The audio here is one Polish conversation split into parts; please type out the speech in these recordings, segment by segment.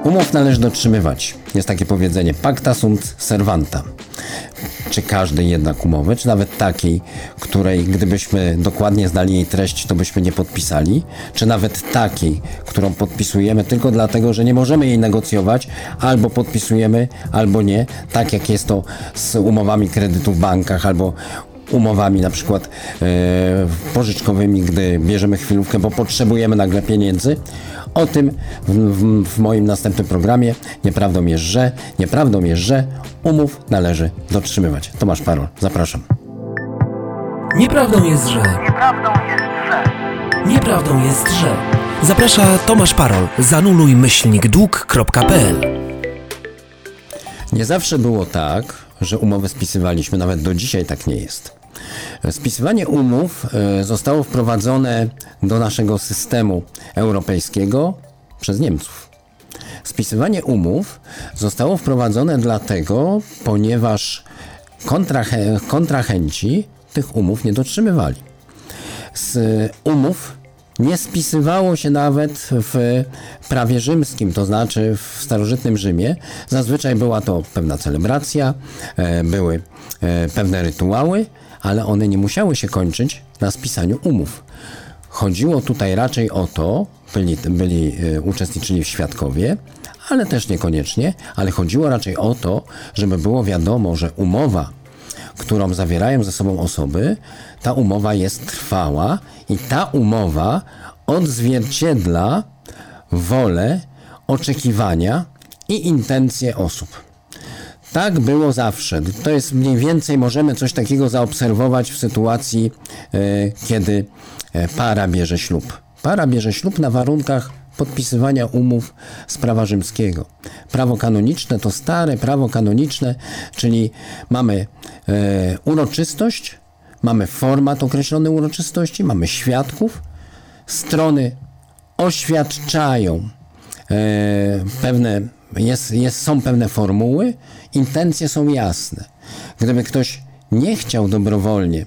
Umów należy dotrzymywać. Jest takie powiedzenie pacta sunt servanta. Czy każdej jednak umowy, czy nawet takiej, której gdybyśmy dokładnie znali jej treść, to byśmy nie podpisali, czy nawet takiej, którą podpisujemy tylko dlatego, że nie możemy jej negocjować, albo podpisujemy, albo nie, tak jak jest to z umowami kredytu w bankach, albo umowami na przykład pożyczkowymi, gdy bierzemy chwilówkę, bo potrzebujemy nagle pieniędzy. O tym w moim następnym programie. Nieprawdą jest, że umów należy dotrzymywać. Tomasz Parol, zapraszam. Nieprawdą jest, że. Nieprawdą jest, że. Zaprasza Tomasz Parol. zanuluj-dług.pl. Nie zawsze było tak, że umowy spisywaliśmy. Nawet do dzisiaj tak nie jest. Spisywanie umów zostało wprowadzone do naszego systemu europejskiego przez Niemców. Spisywanie umów zostało wprowadzone dlatego, ponieważ kontrahenci tych umów nie dotrzymywali. Z umów nie spisywało się nawet w prawie rzymskim, to znaczy w starożytnym Rzymie. Zazwyczaj była to pewna celebracja, były pewne rytuały, ale one nie musiały się kończyć na spisaniu umów. Chodziło tutaj raczej o to, uczestniczyli świadkowie, ale też niekoniecznie, ale chodziło raczej o to, żeby było wiadomo, że umowa, którą zawierają ze sobą osoby, ta umowa jest trwała i ta umowa odzwierciedla wolę, oczekiwania i intencje osób. Tak było zawsze. To jest mniej więcej, możemy coś takiego zaobserwować w sytuacji, kiedy para bierze ślub. Para bierze ślub na warunkach podpisywania umów z prawa rzymskiego. Prawo kanoniczne to stare prawo kanoniczne, czyli mamy uroczystość, mamy format określony uroczystości, mamy świadków, strony oświadczają są pewne formuły, intencje są jasne. Gdyby ktoś nie chciał dobrowolnie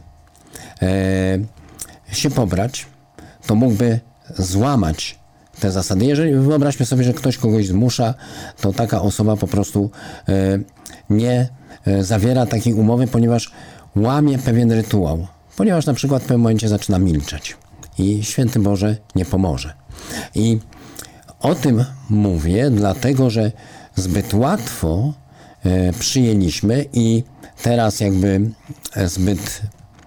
się pobrać, to mógłby złamać te zasady. Jeżeli wyobraźmy sobie, że ktoś kogoś zmusza, to taka osoba po prostu nie zawiera takiej umowy, ponieważ łamie pewien rytuał. Ponieważ na przykład w pewnym momencie zaczyna milczeć i święty Boże nie pomoże. I o tym mówię, dlatego że zbyt łatwo przyjęliśmy i teraz jakby zbyt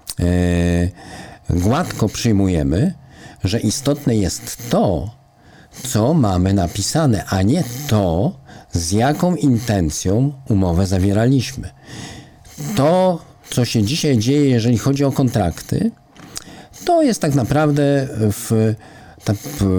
gładko przyjmujemy, że istotne jest to, co mamy napisane, a nie to, z jaką intencją umowę zawieraliśmy. To, co się dzisiaj dzieje, jeżeli chodzi o kontrakty, to jest tak naprawdę ta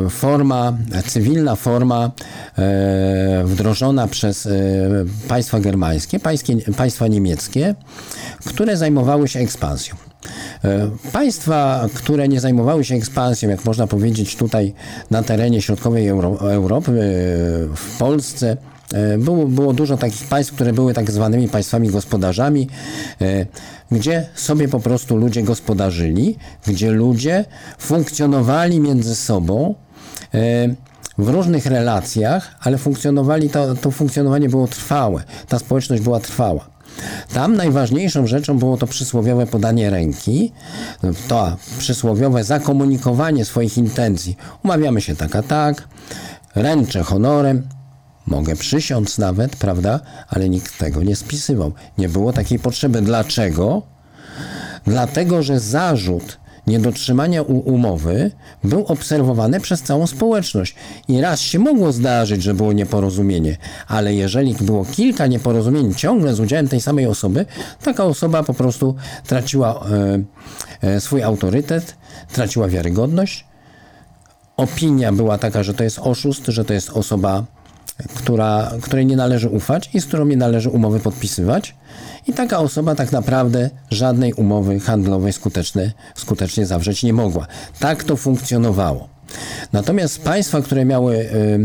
cywilna forma wdrożona przez państwa germańskie, państwa niemieckie, które zajmowały się ekspansją. Państwa, które nie zajmowały się ekspansją, jak można powiedzieć tutaj na terenie środkowej Europy, w Polsce, było dużo takich państw, które były tak zwanymi państwami gospodarzami, gdzie sobie po prostu ludzie gospodarzyli, gdzie ludzie funkcjonowali między sobą w różnych relacjach, ale to funkcjonowanie było trwałe, ta społeczność była trwała. Tam najważniejszą rzeczą było to przysłowiowe podanie ręki, to przysłowiowe zakomunikowanie swoich intencji. Umawiamy się tak a tak, ręczę honorem, mogę przysiąc nawet, prawda? Ale nikt tego nie spisywał. Nie było takiej potrzeby. Dlaczego? Dlatego, że zarzut niedotrzymania umowy był obserwowany przez całą społeczność. I raz się mogło zdarzyć, że było nieporozumienie, ale jeżeli było kilka nieporozumień ciągle z udziałem tej samej osoby, taka osoba po prostu traciła swój autorytet, traciła wiarygodność. Opinia była taka, że to jest oszust, że to jest osoba, której nie należy ufać i z którą nie należy umowy podpisywać. I taka osoba tak naprawdę żadnej umowy handlowej skutecznie zawrzeć nie mogła. Tak to funkcjonowało. Natomiast państwa, które miały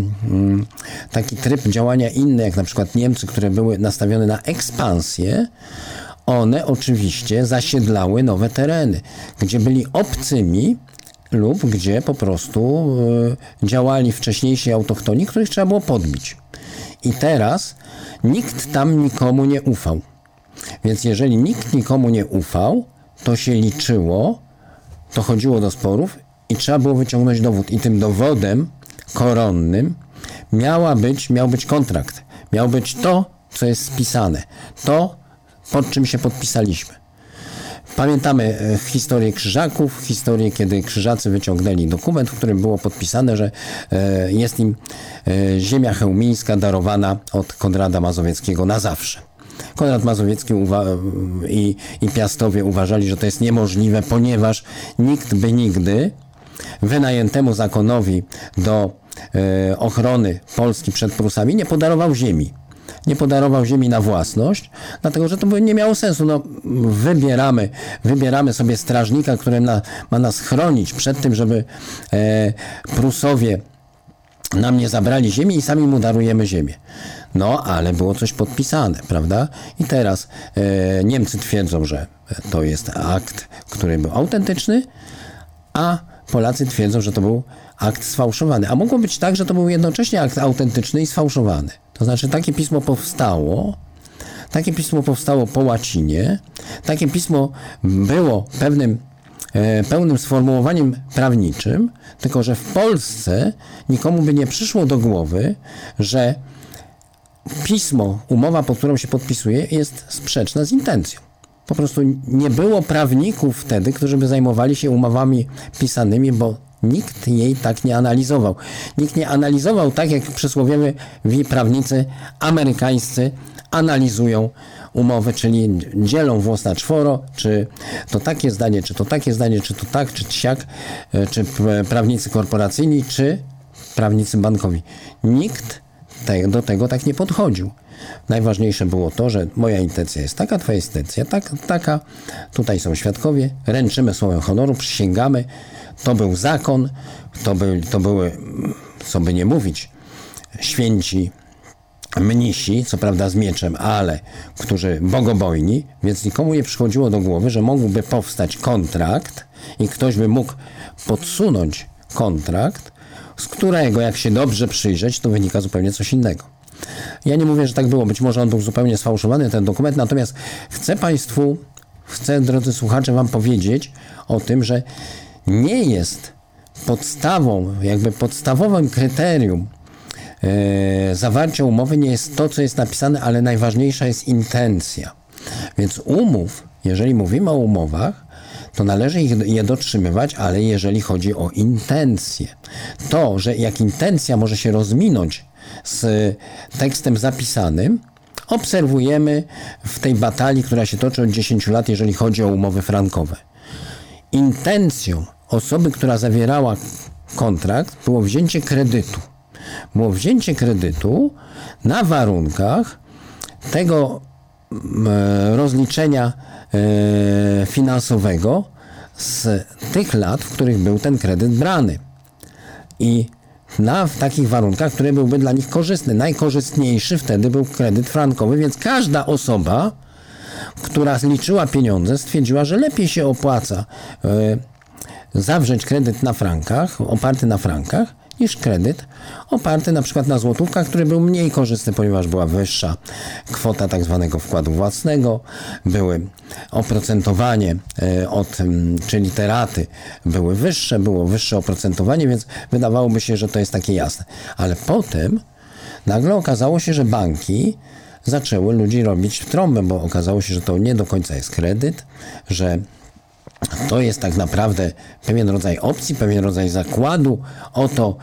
taki tryb działania inny, jak na przykład Niemcy, które były nastawione na ekspansję, one oczywiście zasiedlały nowe tereny, gdzie byli obcymi lub gdzie po prostu działali wcześniejsi autochtoni, których trzeba było podbić. I teraz nikt tam nikomu nie ufał. Więc jeżeli nikt nikomu nie ufał, to się liczyło, to chodziło do sporów i trzeba było wyciągnąć dowód. I tym dowodem koronnym miał być kontrakt. Miał być to, co jest spisane. To, pod czym się podpisaliśmy. Pamiętamy historię Krzyżaków, historię, kiedy Krzyżacy wyciągnęli dokument, w którym było podpisane, że jest im ziemia chełmińska darowana od Konrada Mazowieckiego na zawsze. Konrad Mazowiecki i Piastowie uważali, że to jest niemożliwe, ponieważ nikt by nigdy wynajętemu zakonowi do ochrony Polski przed Prusami nie podarował ziemi. Nie podarował ziemi na własność, dlatego że to by nie miało sensu. No, wybieramy sobie strażnika, który ma nas chronić przed tym, żeby Prusowie nam nie zabrali ziemi i sami mu darujemy ziemię. No, ale było coś podpisane, prawda? I teraz Niemcy twierdzą, że to jest akt, który był autentyczny, a Polacy twierdzą, że to był akt sfałszowany. A mogło być tak, że to był jednocześnie akt autentyczny i sfałszowany. To znaczy takie pismo powstało po łacinie, takie pismo było pełnym sformułowaniem prawniczym, tylko że w Polsce nikomu by nie przyszło do głowy, że pismo, umowa, pod którą się podpisuje, jest sprzeczna z intencją. Po prostu nie było prawników wtedy, którzy by zajmowali się umowami pisanymi, bo nikt jej tak nie analizował. Nikt nie analizował tak, jak przysłowiowi prawnicy amerykańscy analizują umowy, czyli dzielą włos na czworo, czy to takie zdanie, czy to takie zdanie, czy to tak, czy siak, czy prawnicy korporacyjni, czy prawnicy bankowi. Nikt do tego tak nie podchodził. Najważniejsze było to, że moja intencja jest taka, twoja intencja taka, tutaj są świadkowie, ręczymy słowem honoru, przysięgamy, to był zakon, to były, co by nie mówić, święci mnisi, co prawda z mieczem, ale którzy bogobojni, więc nikomu nie przychodziło do głowy, że mógłby powstać kontrakt i ktoś by mógł podsunąć kontrakt, z którego, jak się dobrze przyjrzeć, to wynika zupełnie coś innego. Ja nie mówię, że tak było, być może on był zupełnie sfałszowany, ten dokument, natomiast chcę, drodzy słuchacze, wam powiedzieć o tym, że nie jest podstawowym kryterium zawarcia umowy nie jest to, co jest napisane, ale najważniejsza jest intencja. Więc jeżeli mówimy o umowach, to należy je dotrzymywać, ale jeżeli chodzi o intencję, to, że jak intencja może się rozminąć z tekstem zapisanym, obserwujemy w tej batalii, która się toczy od 10 lat, jeżeli chodzi o umowy frankowe. Intencją osoby, która zawierała kontrakt, było wzięcie kredytu. Było wzięcie kredytu na warunkach tego rozliczenia finansowego z tych lat, w których był ten kredyt brany. I w takich warunkach, które byłby dla nich korzystny. Najkorzystniejszy wtedy był kredyt frankowy, więc każda osoba, która liczyła pieniądze, stwierdziła, że lepiej się opłaca zawrzeć kredyt na frankach, oparty na frankach, niż kredyt oparty na przykład na złotówkach, który był mniej korzystny, ponieważ była wyższa kwota tak zwanego wkładu własnego, były oprocentowanie czyli te raty były wyższe, było wyższe oprocentowanie, więc wydawałoby się, że to jest takie jasne. Ale potem nagle okazało się, że banki zaczęły ludzi robić w trąbę, bo okazało się, że to nie do końca jest kredyt, że to jest tak naprawdę pewien rodzaj opcji, pewien rodzaj zakładu o to,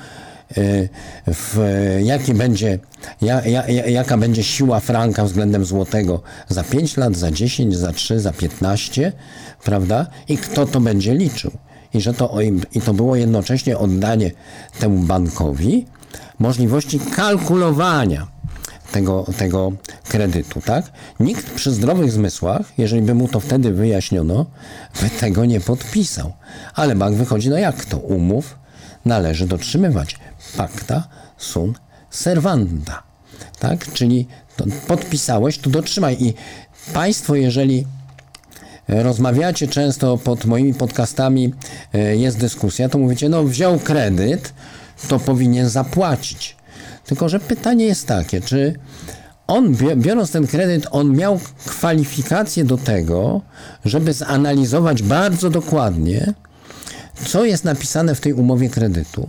jaka będzie siła franka względem złotego za 5 lat, za 10, za 3, za 15, prawda? I kto to będzie liczył. I to było jednocześnie oddanie temu bankowi możliwości kalkulowania tego kredytu, tak? Nikt przy zdrowych zmysłach, jeżeli by mu to wtedy wyjaśniono, by tego nie podpisał. Ale bank wychodzi, no jak to? Umów należy dotrzymywać. Pacta sunt servanda. Tak? Czyli to podpisałeś, to dotrzymaj. I państwo, jeżeli rozmawiacie często pod moimi podcastami, jest dyskusja, to mówicie, no wziął kredyt, to powinien zapłacić. Tylko że pytanie jest takie, czy on, biorąc ten kredyt, on miał kwalifikacje do tego, żeby zanalizować bardzo dokładnie, co jest napisane w tej umowie kredytu.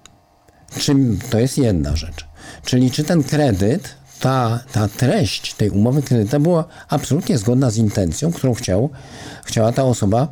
To jest jedna rzecz. Czyli czy ten kredyt, ta treść tej umowy kredytu była absolutnie zgodna z intencją, którą chciała ta osoba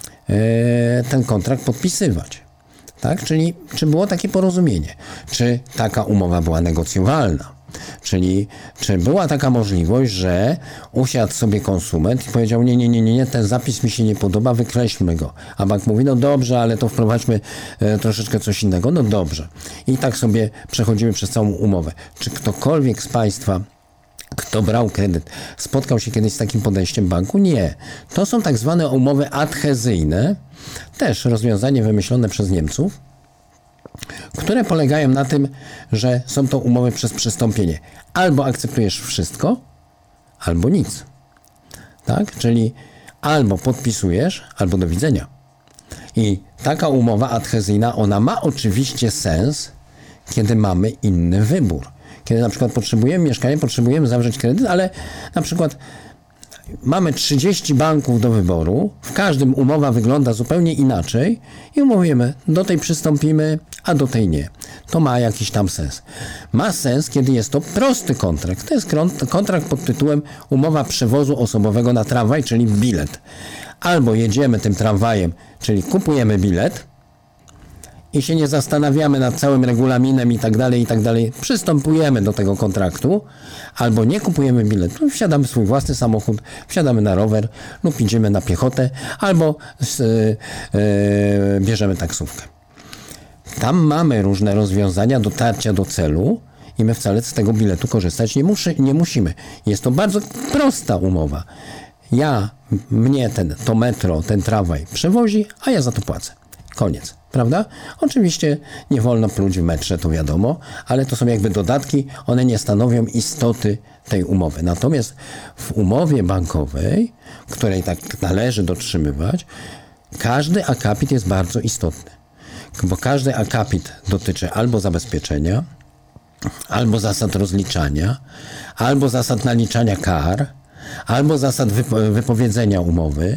ten kontrakt podpisywać. Tak? Czyli czy było takie porozumienie? Czy taka umowa była negocjowalna? Czyli czy była taka możliwość, że usiadł sobie konsument i powiedział, nie, ten zapis mi się nie podoba, wykreślmy go. A bank mówi, no dobrze, ale to wprowadźmy troszeczkę coś innego. No dobrze. I tak sobie przechodzimy przez całą umowę. Czy ktokolwiek z Państwa, kto brał kredyt, spotkał się kiedyś z takim podejściem banku? Nie. To są tak zwane umowy adhezyjne, też rozwiązanie wymyślone przez Niemców, które polegają na tym, że są to umowy przez przystąpienie. Albo akceptujesz wszystko, albo nic. Tak? Czyli albo podpisujesz, albo do widzenia. I taka umowa adhezyjna, ona ma oczywiście sens, kiedy mamy inny wybór. Kiedy na przykład potrzebujemy mieszkania, potrzebujemy zawrzeć kredyt, ale na przykład mamy 30 banków do wyboru, w każdym umowa wygląda zupełnie inaczej i umówimy, do tej przystąpimy, a do tej nie. To ma jakiś tam sens. Ma sens, kiedy jest to prosty kontrakt. To jest kontrakt pod tytułem umowa przewozu osobowego na tramwaj, czyli bilet. Albo jedziemy tym tramwajem, czyli kupujemy bilet i się nie zastanawiamy nad całym regulaminem i tak dalej, przystępujemy do tego kontraktu, albo nie kupujemy biletu, wsiadamy w swój własny samochód, wsiadamy na rower lub idziemy na piechotę, albo bierzemy taksówkę. Tam mamy różne rozwiązania dotarcia do celu i my wcale z tego biletu korzystać nie musimy. Jest to bardzo prosta umowa. Mnie to metro, ten tramwaj przewozi, a ja za to płacę. Koniec. Prawda? Oczywiście nie wolno pluć w metrze, to wiadomo, ale to są jakby dodatki, one nie stanowią istoty tej umowy. Natomiast w umowie bankowej, której tak należy dotrzymywać, każdy akapit jest bardzo istotny, bo każdy akapit dotyczy albo zabezpieczenia, albo zasad rozliczania, albo zasad naliczania kar, albo zasad wypowiedzenia umowy,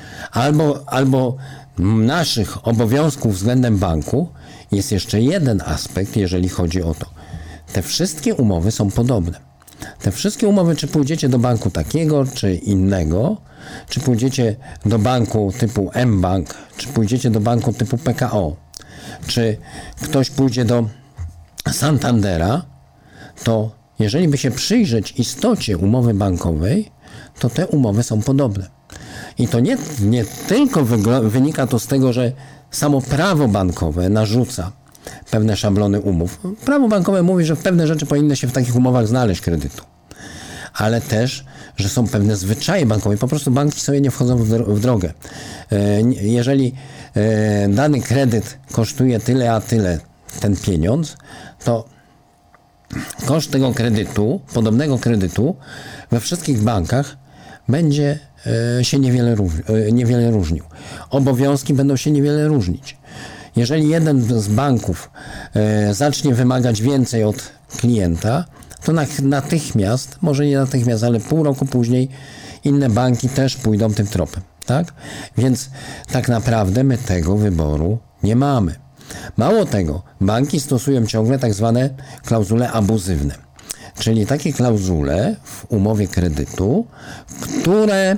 albo naszych obowiązków względem banku. Jest jeszcze jeden aspekt, jeżeli chodzi o to. Te wszystkie umowy są podobne. Te wszystkie umowy, czy pójdziecie do banku takiego, czy innego, czy pójdziecie do banku typu mBank, czy pójdziecie do banku typu PKO, czy ktoś pójdzie do Santandera, to jeżeli by się przyjrzeć istocie umowy bankowej, to te umowy są podobne. I to nie tylko wynika to z tego, że samo prawo bankowe narzuca pewne szablony umów. Prawo bankowe mówi, że pewne rzeczy powinny się w takich umowach znaleźć kredytu. Ale też, że są pewne zwyczaje bankowe. Po prostu banki sobie nie wchodzą w drogę. Jeżeli dany kredyt kosztuje tyle, a tyle ten pieniądz, to koszt tego kredytu, podobnego kredytu we wszystkich bankach będzie się niewiele różnił. Obowiązki będą się niewiele różnić. Jeżeli jeden z banków zacznie wymagać więcej od klienta, to natychmiast, może nie natychmiast, ale pół roku później inne banki też pójdą tym tropem. Tak? Więc tak naprawdę my tego wyboru nie mamy. Mało tego, banki stosują ciągle tak zwane klauzule abuzywne. Czyli takie klauzule w umowie kredytu, które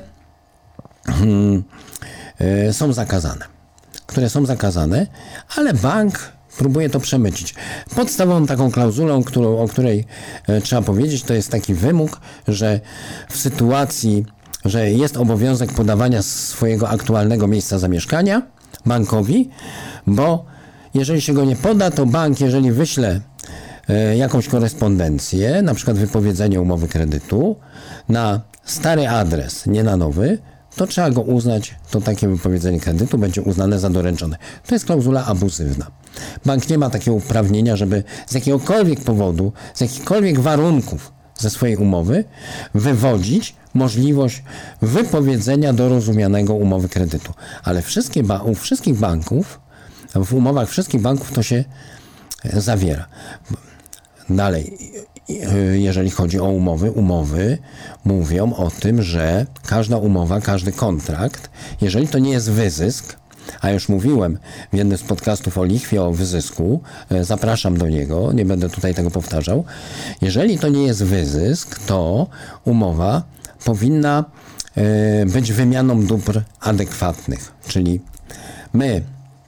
są zakazane, ale bank próbuje to przemycić. Podstawową taką klauzulą, o której trzeba powiedzieć, to jest taki wymóg, że w sytuacji, że jest obowiązek podawania swojego aktualnego miejsca zamieszkania bankowi, bo jeżeli się go nie poda, to bank, jeżeli wyśle jakąś korespondencję, na przykład wypowiedzenie umowy kredytu na stary adres, nie na nowy, to trzeba go uznać, to takie wypowiedzenie kredytu będzie uznane za doręczone. To jest klauzula abuzywna. Bank nie ma takiego uprawnienia, żeby z jakiegokolwiek powodu, z jakichkolwiek warunków ze swojej umowy wywodzić możliwość wypowiedzenia dorozumianego umowy kredytu. Ale u wszystkich banków, w umowach wszystkich banków to się zawiera. Dalej, jeżeli chodzi o umowy mówią o tym, że każda umowa, każdy kontrakt, jeżeli to nie jest wyzysk, a już mówiłem w jednym z podcastów o lichwie, o wyzysku, zapraszam do niego, nie będę tutaj tego powtarzał. Jeżeli to nie jest wyzysk, to umowa powinna być wymianą dóbr adekwatnych, czyli my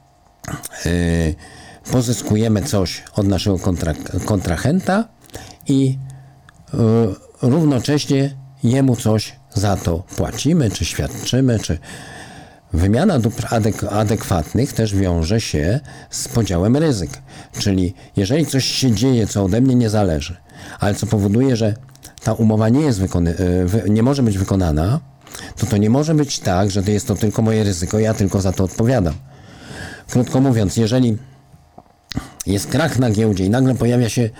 pozyskujemy coś od naszego kontrahenta i równocześnie jemu coś za to płacimy, czy świadczymy, czy wymiana dóbr adekwatnych też wiąże się z podziałem ryzyk. Czyli jeżeli coś się dzieje, co ode mnie nie zależy, ale co powoduje, że ta umowa nie jest nie może być wykonana, to nie może być tak, że to jest to tylko moje ryzyko, ja tylko za to odpowiadam. Krótko mówiąc, jeżeli jest krach na giełdzie i nagle pojawia się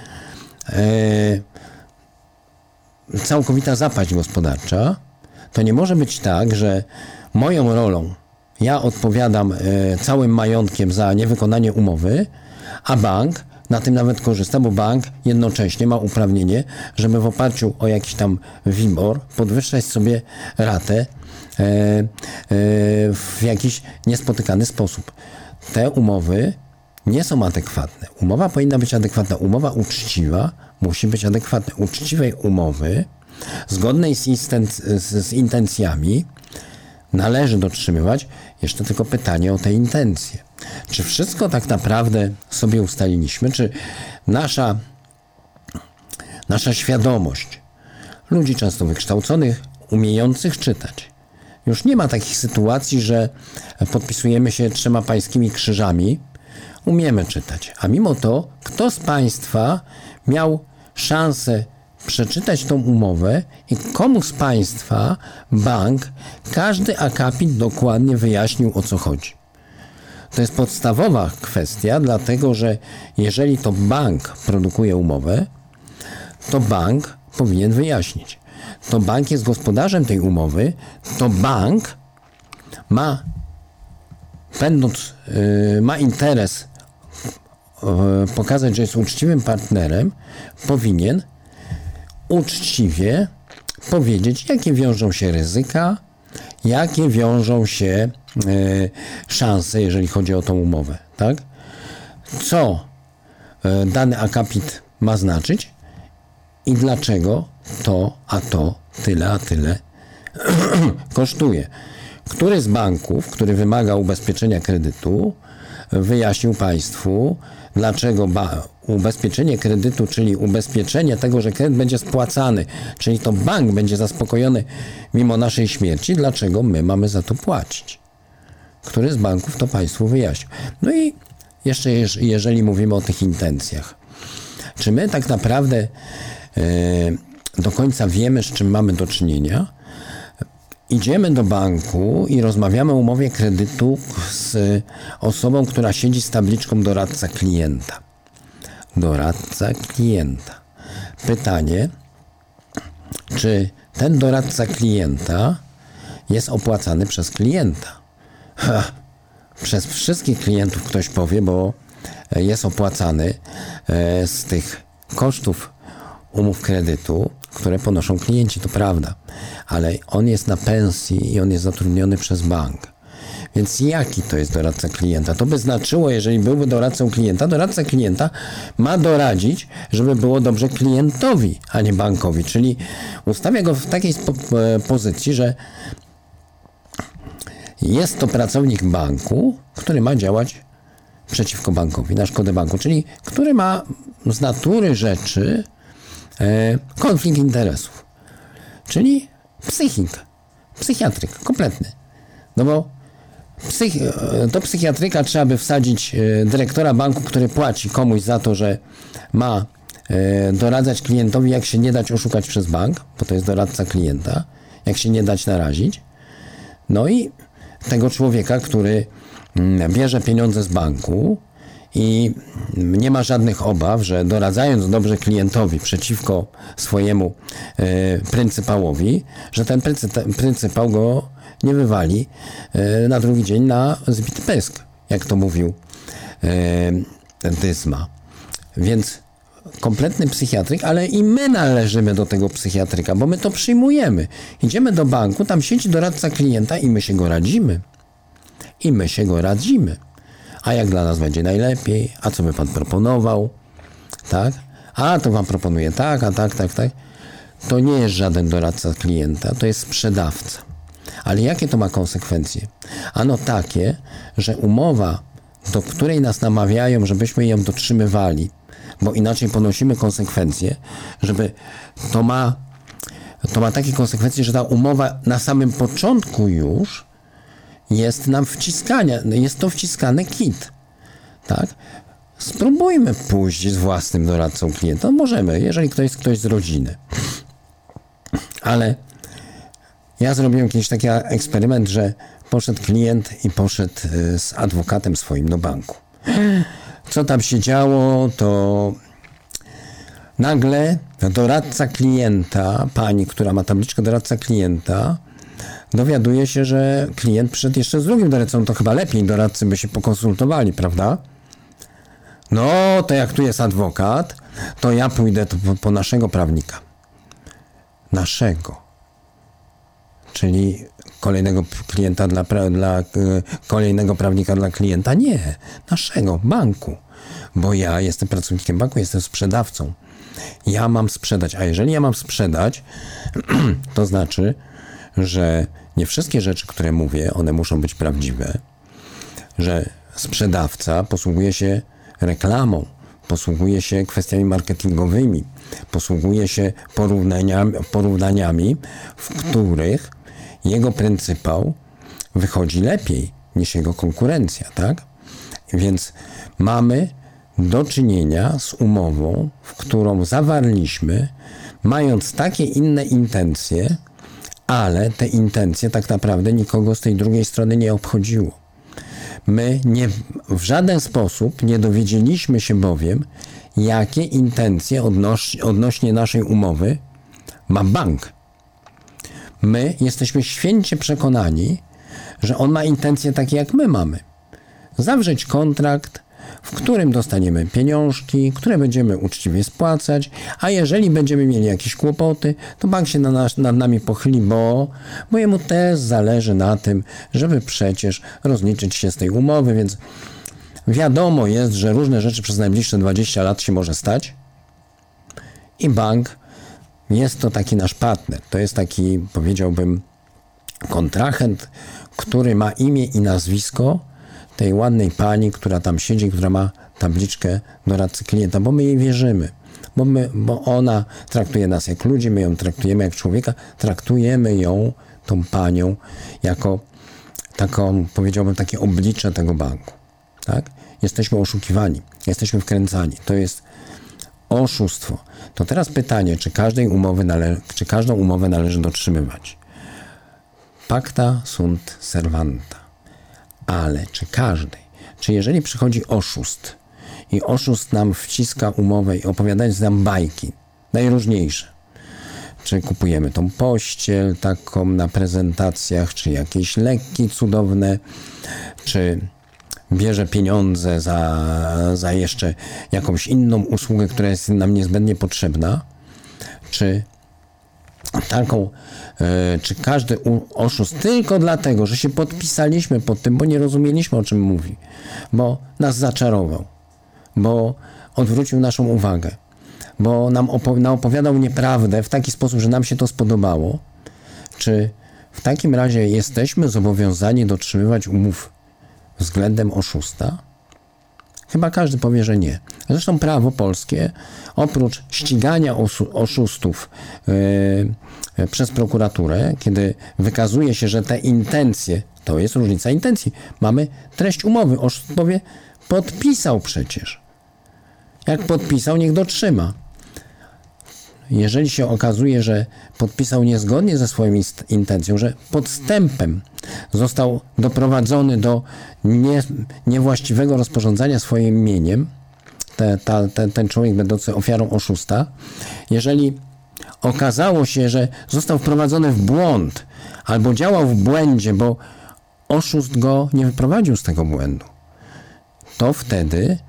całkowita zapaść gospodarcza, to nie może być tak, że moją rolą ja odpowiadam całym majątkiem za niewykonanie umowy, a bank na tym nawet korzysta, bo bank jednocześnie ma uprawnienie, żeby w oparciu o jakiś tam WIBOR podwyższać sobie ratę w jakiś niespotykany sposób. Te umowy nie są adekwatne. Umowa powinna być adekwatna. Umowa uczciwa musi być adekwatna. Uczciwej umowy, zgodnej z intencjami, należy dotrzymywać. Jeszcze tylko pytanie o te intencje. Czy wszystko tak naprawdę sobie ustaliliśmy? Czy nasza świadomość ludzi często wykształconych, umiejących czytać, już nie ma takich sytuacji, że podpisujemy się 3 pańskimi krzyżami, umiemy czytać. A mimo to, kto z Państwa miał szansę przeczytać tą umowę i komu z Państwa bank każdy akapit dokładnie wyjaśnił, o co chodzi? To jest podstawowa kwestia, dlatego że jeżeli to bank produkuje umowę, to bank powinien wyjaśnić. To bank jest gospodarzem tej umowy, to bank ma interes pokazać, że jest uczciwym partnerem, powinien uczciwie powiedzieć, jakie wiążą się ryzyka, jakie wiążą się szanse, jeżeli chodzi o tą umowę, tak? Co dany akapit ma znaczyć i dlaczego to, a tyle kosztuje. Który z banków, który wymaga ubezpieczenia kredytu, wyjaśnił Państwu, dlaczego ubezpieczenie kredytu, czyli ubezpieczenie tego, że kredyt będzie spłacany, czyli to bank będzie zaspokojony mimo naszej śmierci, dlaczego my mamy za to płacić. Który z banków to Państwu wyjaśnił. No i jeszcze jeżeli mówimy o tych intencjach. Czy my tak naprawdę do końca wiemy, z czym mamy do czynienia? Idziemy do banku i rozmawiamy o umowie kredytu z osobą, która siedzi z tabliczką doradca klienta. Doradca klienta. Pytanie, czy ten doradca klienta jest opłacany przez klienta? Przez wszystkich klientów ktoś powie, bo jest opłacany z tych kosztów umów kredytu, które ponoszą klienci, to prawda, ale on jest na pensji i on jest zatrudniony przez bank. Więc jaki to jest doradca klienta? To by znaczyło, jeżeli byłby doradca klienta ma doradzić, żeby było dobrze klientowi, a nie bankowi. Czyli ustawia go w takiej pozycji, że jest to pracownik banku, który ma działać przeciwko bankowi, na szkodę banku, czyli który ma z natury rzeczy konflikt interesów, czyli psychiatryk kompletny. No bo do psychiatryka trzeba by wsadzić dyrektora banku, który płaci komuś za to, że ma doradzać klientowi, jak się nie dać oszukać przez bank, bo to jest doradca klienta, jak się nie dać narazić. No i tego człowieka, który bierze pieniądze z banku i nie ma żadnych obaw, że doradzając dobrze klientowi przeciwko swojemu pryncypałowi, że ten pryncypał go nie wywali na drugi dzień na zbity pysk, jak to mówił Dysma. Więc kompletny psychiatryk, ale i my należymy do tego psychiatryka, bo my to przyjmujemy. Idziemy do banku, tam siedzi doradca klienta i my się go radzimy. A jak dla nas będzie najlepiej? A co by pan proponował? Tak? A to wam proponuję tak, a tak. To nie jest żaden doradca klienta, to jest sprzedawca. Ale jakie to ma konsekwencje? Ano takie, że umowa, do której nas namawiają, żebyśmy ją dotrzymywali, bo inaczej ponosimy konsekwencje, to ma takie konsekwencje, że ta umowa na samym początku już jest nam jest to wciskane kit. Tak? Spróbujmy pójść z własnym doradcą klienta. No możemy, jeżeli ktoś z rodziny. Ale ja zrobiłem kiedyś taki eksperyment, że poszedł klient i poszedł z adwokatem swoim do banku. Co tam się działo, to nagle doradca klienta, pani, która ma tabliczkę doradca klienta, dowiaduje się, że klient przyszedł jeszcze z drugim doradcą. To chyba lepiej doradcy by się pokonsultowali, prawda? No, to jak tu jest adwokat, to ja pójdę po naszego prawnika. Czyli kolejnego klienta kolejnego prawnika dla klienta? Nie, naszego, banku. Bo ja jestem pracownikiem banku, jestem sprzedawcą. Ja mam sprzedać, a jeżeli ja mam sprzedać, to znaczy, że nie wszystkie rzeczy, które mówię, one muszą być prawdziwe, że sprzedawca posługuje się reklamą, posługuje się kwestiami marketingowymi, posługuje się porównaniami, w których jego pryncypał wychodzi lepiej niż jego konkurencja, tak? Więc mamy do czynienia z umową, w którą zawarliśmy, mając takie inne intencje, ale te intencje tak naprawdę nikogo z tej drugiej strony nie obchodziło. My w żaden sposób nie dowiedzieliśmy się bowiem, jakie intencje odnośnie naszej umowy ma bank. My jesteśmy święcie przekonani, że on ma intencje takie jak my mamy. Zawrzeć kontrakt, w którym dostaniemy pieniążki, które będziemy uczciwie spłacać, a jeżeli będziemy mieli jakieś kłopoty, to bank się nad nami pochyli, bo jemu też zależy na tym, żeby przecież rozliczyć się z tej umowy, więc wiadomo jest, że różne rzeczy przez najbliższe 20 lat się może stać i bank jest to taki nasz partner. To jest taki, powiedziałbym, kontrahent, który ma imię i nazwisko tej ładnej pani, która tam siedzi, która ma tabliczkę doradcy klienta, bo my jej wierzymy. Bo ona traktuje nas jak ludzi, my ją traktujemy jak człowieka, traktujemy ją, tą panią, jako taką, powiedziałbym, takie oblicze tego banku. Tak? Jesteśmy oszukiwani, jesteśmy wkręcani. To jest oszustwo. To teraz pytanie, czy każdą umowę należy dotrzymywać? Pacta sunt servanta. Ale czy każdej? Czy jeżeli przychodzi oszust i oszust nam wciska umowę i opowiadając nam bajki, najróżniejsze, czy kupujemy tą pościel taką na prezentacjach, czy jakieś leki cudowne, czy bierze pieniądze za jeszcze jakąś inną usługę, która jest nam niezbędnie potrzebna, czy każdy oszust tylko dlatego, że się podpisaliśmy pod tym, bo nie rozumieliśmy, o czym mówi, bo nas zaczarował, bo odwrócił naszą uwagę, bo nam opowiadał nieprawdę w taki sposób, że nam się to spodobało, czy w takim razie jesteśmy zobowiązani dotrzymywać umów względem oszusta? Chyba każdy powie, że nie. Zresztą prawo polskie, oprócz ścigania oszustów przez prokuraturę, kiedy wykazuje się, że te intencje, to jest różnica intencji, mamy treść umowy. Oszust powie, podpisał przecież. Jak podpisał, niech dotrzyma. Jeżeli się okazuje, że podpisał niezgodnie ze swoją intencją, że podstępem został doprowadzony do niewłaściwego rozporządzania swoim mieniem, ten człowiek będący ofiarą oszusta, jeżeli okazało się, że został wprowadzony w błąd albo działał w błędzie, bo oszust go nie wyprowadził z tego błędu, to wtedy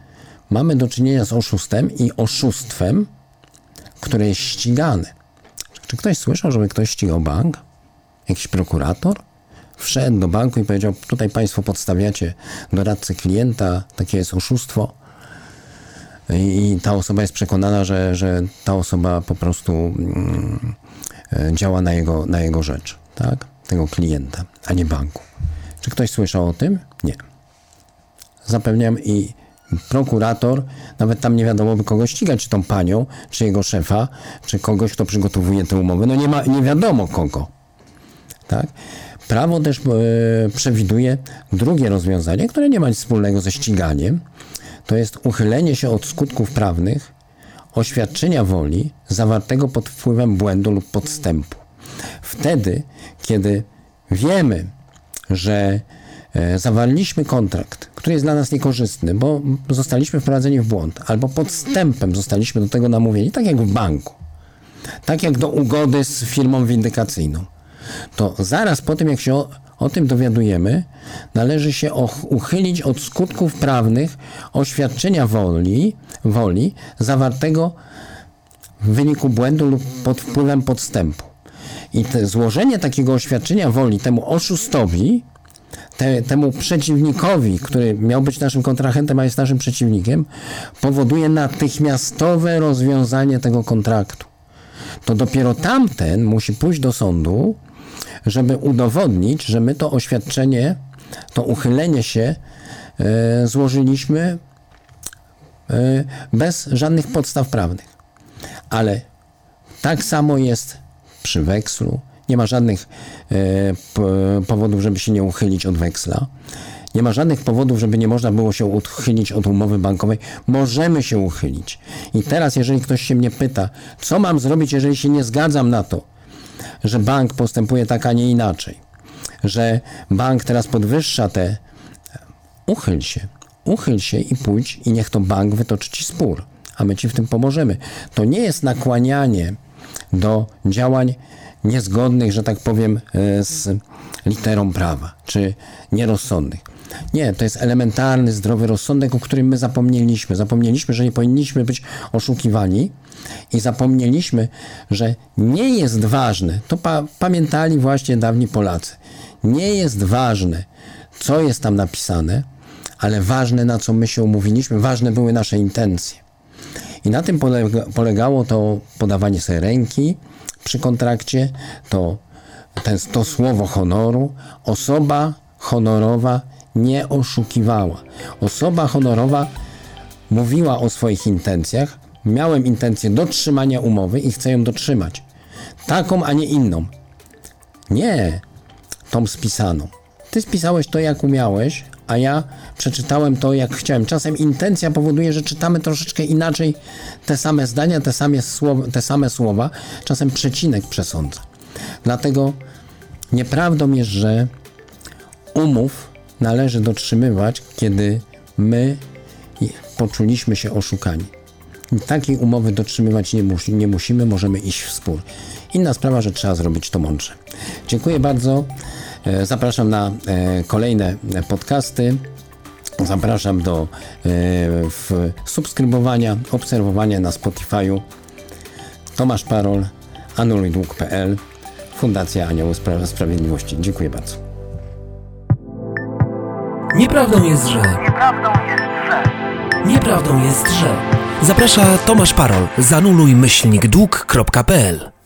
mamy do czynienia z oszustem i oszustwem, które jest ścigane. Czy ktoś słyszał, żeby ktoś ścigał bank? Jakiś prokurator? Wszedł do banku i powiedział, tutaj państwo podstawiacie doradcę klienta, takie jest oszustwo. I ta osoba jest przekonana, że ta osoba po prostu działa na jego rzecz, tak? Tego klienta, a nie banku. Czy ktoś słyszał o tym? Nie. Zapewniam, i prokurator, nawet tam nie wiadomo by kogo ścigać, czy tą panią, czy jego szefa, czy kogoś, kto przygotowuje te umowy. No nie wiadomo kogo. Tak? Prawo też przewiduje drugie rozwiązanie, które nie ma nic wspólnego ze ściganiem. To jest uchylenie się od skutków prawnych oświadczenia woli zawartego pod wpływem błędu lub podstępu. Wtedy, kiedy wiemy, że zawarliśmy kontrakt, który jest dla nas niekorzystny, bo zostaliśmy wprowadzeni w błąd, albo podstępem zostaliśmy do tego namówieni, tak jak w banku, tak jak do ugody z firmą windykacyjną, to zaraz po tym, jak się o tym dowiadujemy, należy się uchylić od skutków prawnych oświadczenia woli zawartego w wyniku błędu lub pod wpływem podstępu. I złożenie takiego oświadczenia woli temu oszustowi, temu przeciwnikowi, który miał być naszym kontrahentem, a jest naszym przeciwnikiem, powoduje natychmiastowe rozwiązanie tego kontraktu. To dopiero tamten musi pójść do sądu, żeby udowodnić, że my to oświadczenie, to uchylenie się złożyliśmy bez żadnych podstaw prawnych. Ale tak samo jest przy wekslu. Nie ma żadnych powodów, żeby się nie uchylić od weksla. Nie ma żadnych powodów, żeby nie można było się uchylić od umowy bankowej. Możemy się uchylić. I teraz, jeżeli ktoś się mnie pyta, co mam zrobić, jeżeli się nie zgadzam na to, że bank postępuje tak, a nie inaczej, że bank teraz podwyższa te... Uchyl się i pójdź i niech to bank wytoczy ci spór, a my ci w tym pomożemy. To nie jest nakłanianie do działań niezgodnych, że tak powiem, z literą prawa, czy nierozsądnych. Nie, to jest elementarny, zdrowy rozsądek, o którym my zapomnieliśmy. Zapomnieliśmy, że nie powinniśmy być oszukiwani i zapomnieliśmy, że nie jest ważne, to pamiętali właśnie dawni Polacy, nie jest ważne, co jest tam napisane, ale ważne, na co my się umówiliśmy, ważne były nasze intencje. I na tym polegało to podawanie sobie ręki przy kontrakcie, to słowo honoru. Osoba honorowa nie oszukiwała. Osoba honorowa mówiła o swoich intencjach. Miałem intencję dotrzymania umowy i chcę ją dotrzymać. Taką, a nie inną. Nie tą spisaną. Ty spisałeś to, jak umiałeś, a ja przeczytałem to, jak chciałem. Czasem intencja powoduje, że czytamy troszeczkę inaczej te same zdania, te same słowa. Czasem przecinek przesądza. Dlatego nieprawdą jest, że umów należy dotrzymywać, kiedy my poczuliśmy się oszukani. I takiej umowy dotrzymywać nie musimy, możemy iść w spór. Inna sprawa, że trzeba zrobić to mądrze. Dziękuję bardzo. Zapraszam na kolejne podcasty. Zapraszam do subskrybowania, obserwowania na Spotify'u. Tomasz Parol, anulujdług.pl, Fundacja Anioły Sprawiedliwości. Dziękuję bardzo. Nieprawdą jest, że... Nieprawdą jest, że... Zaprasza Tomasz Parol z anuluj-dług.pl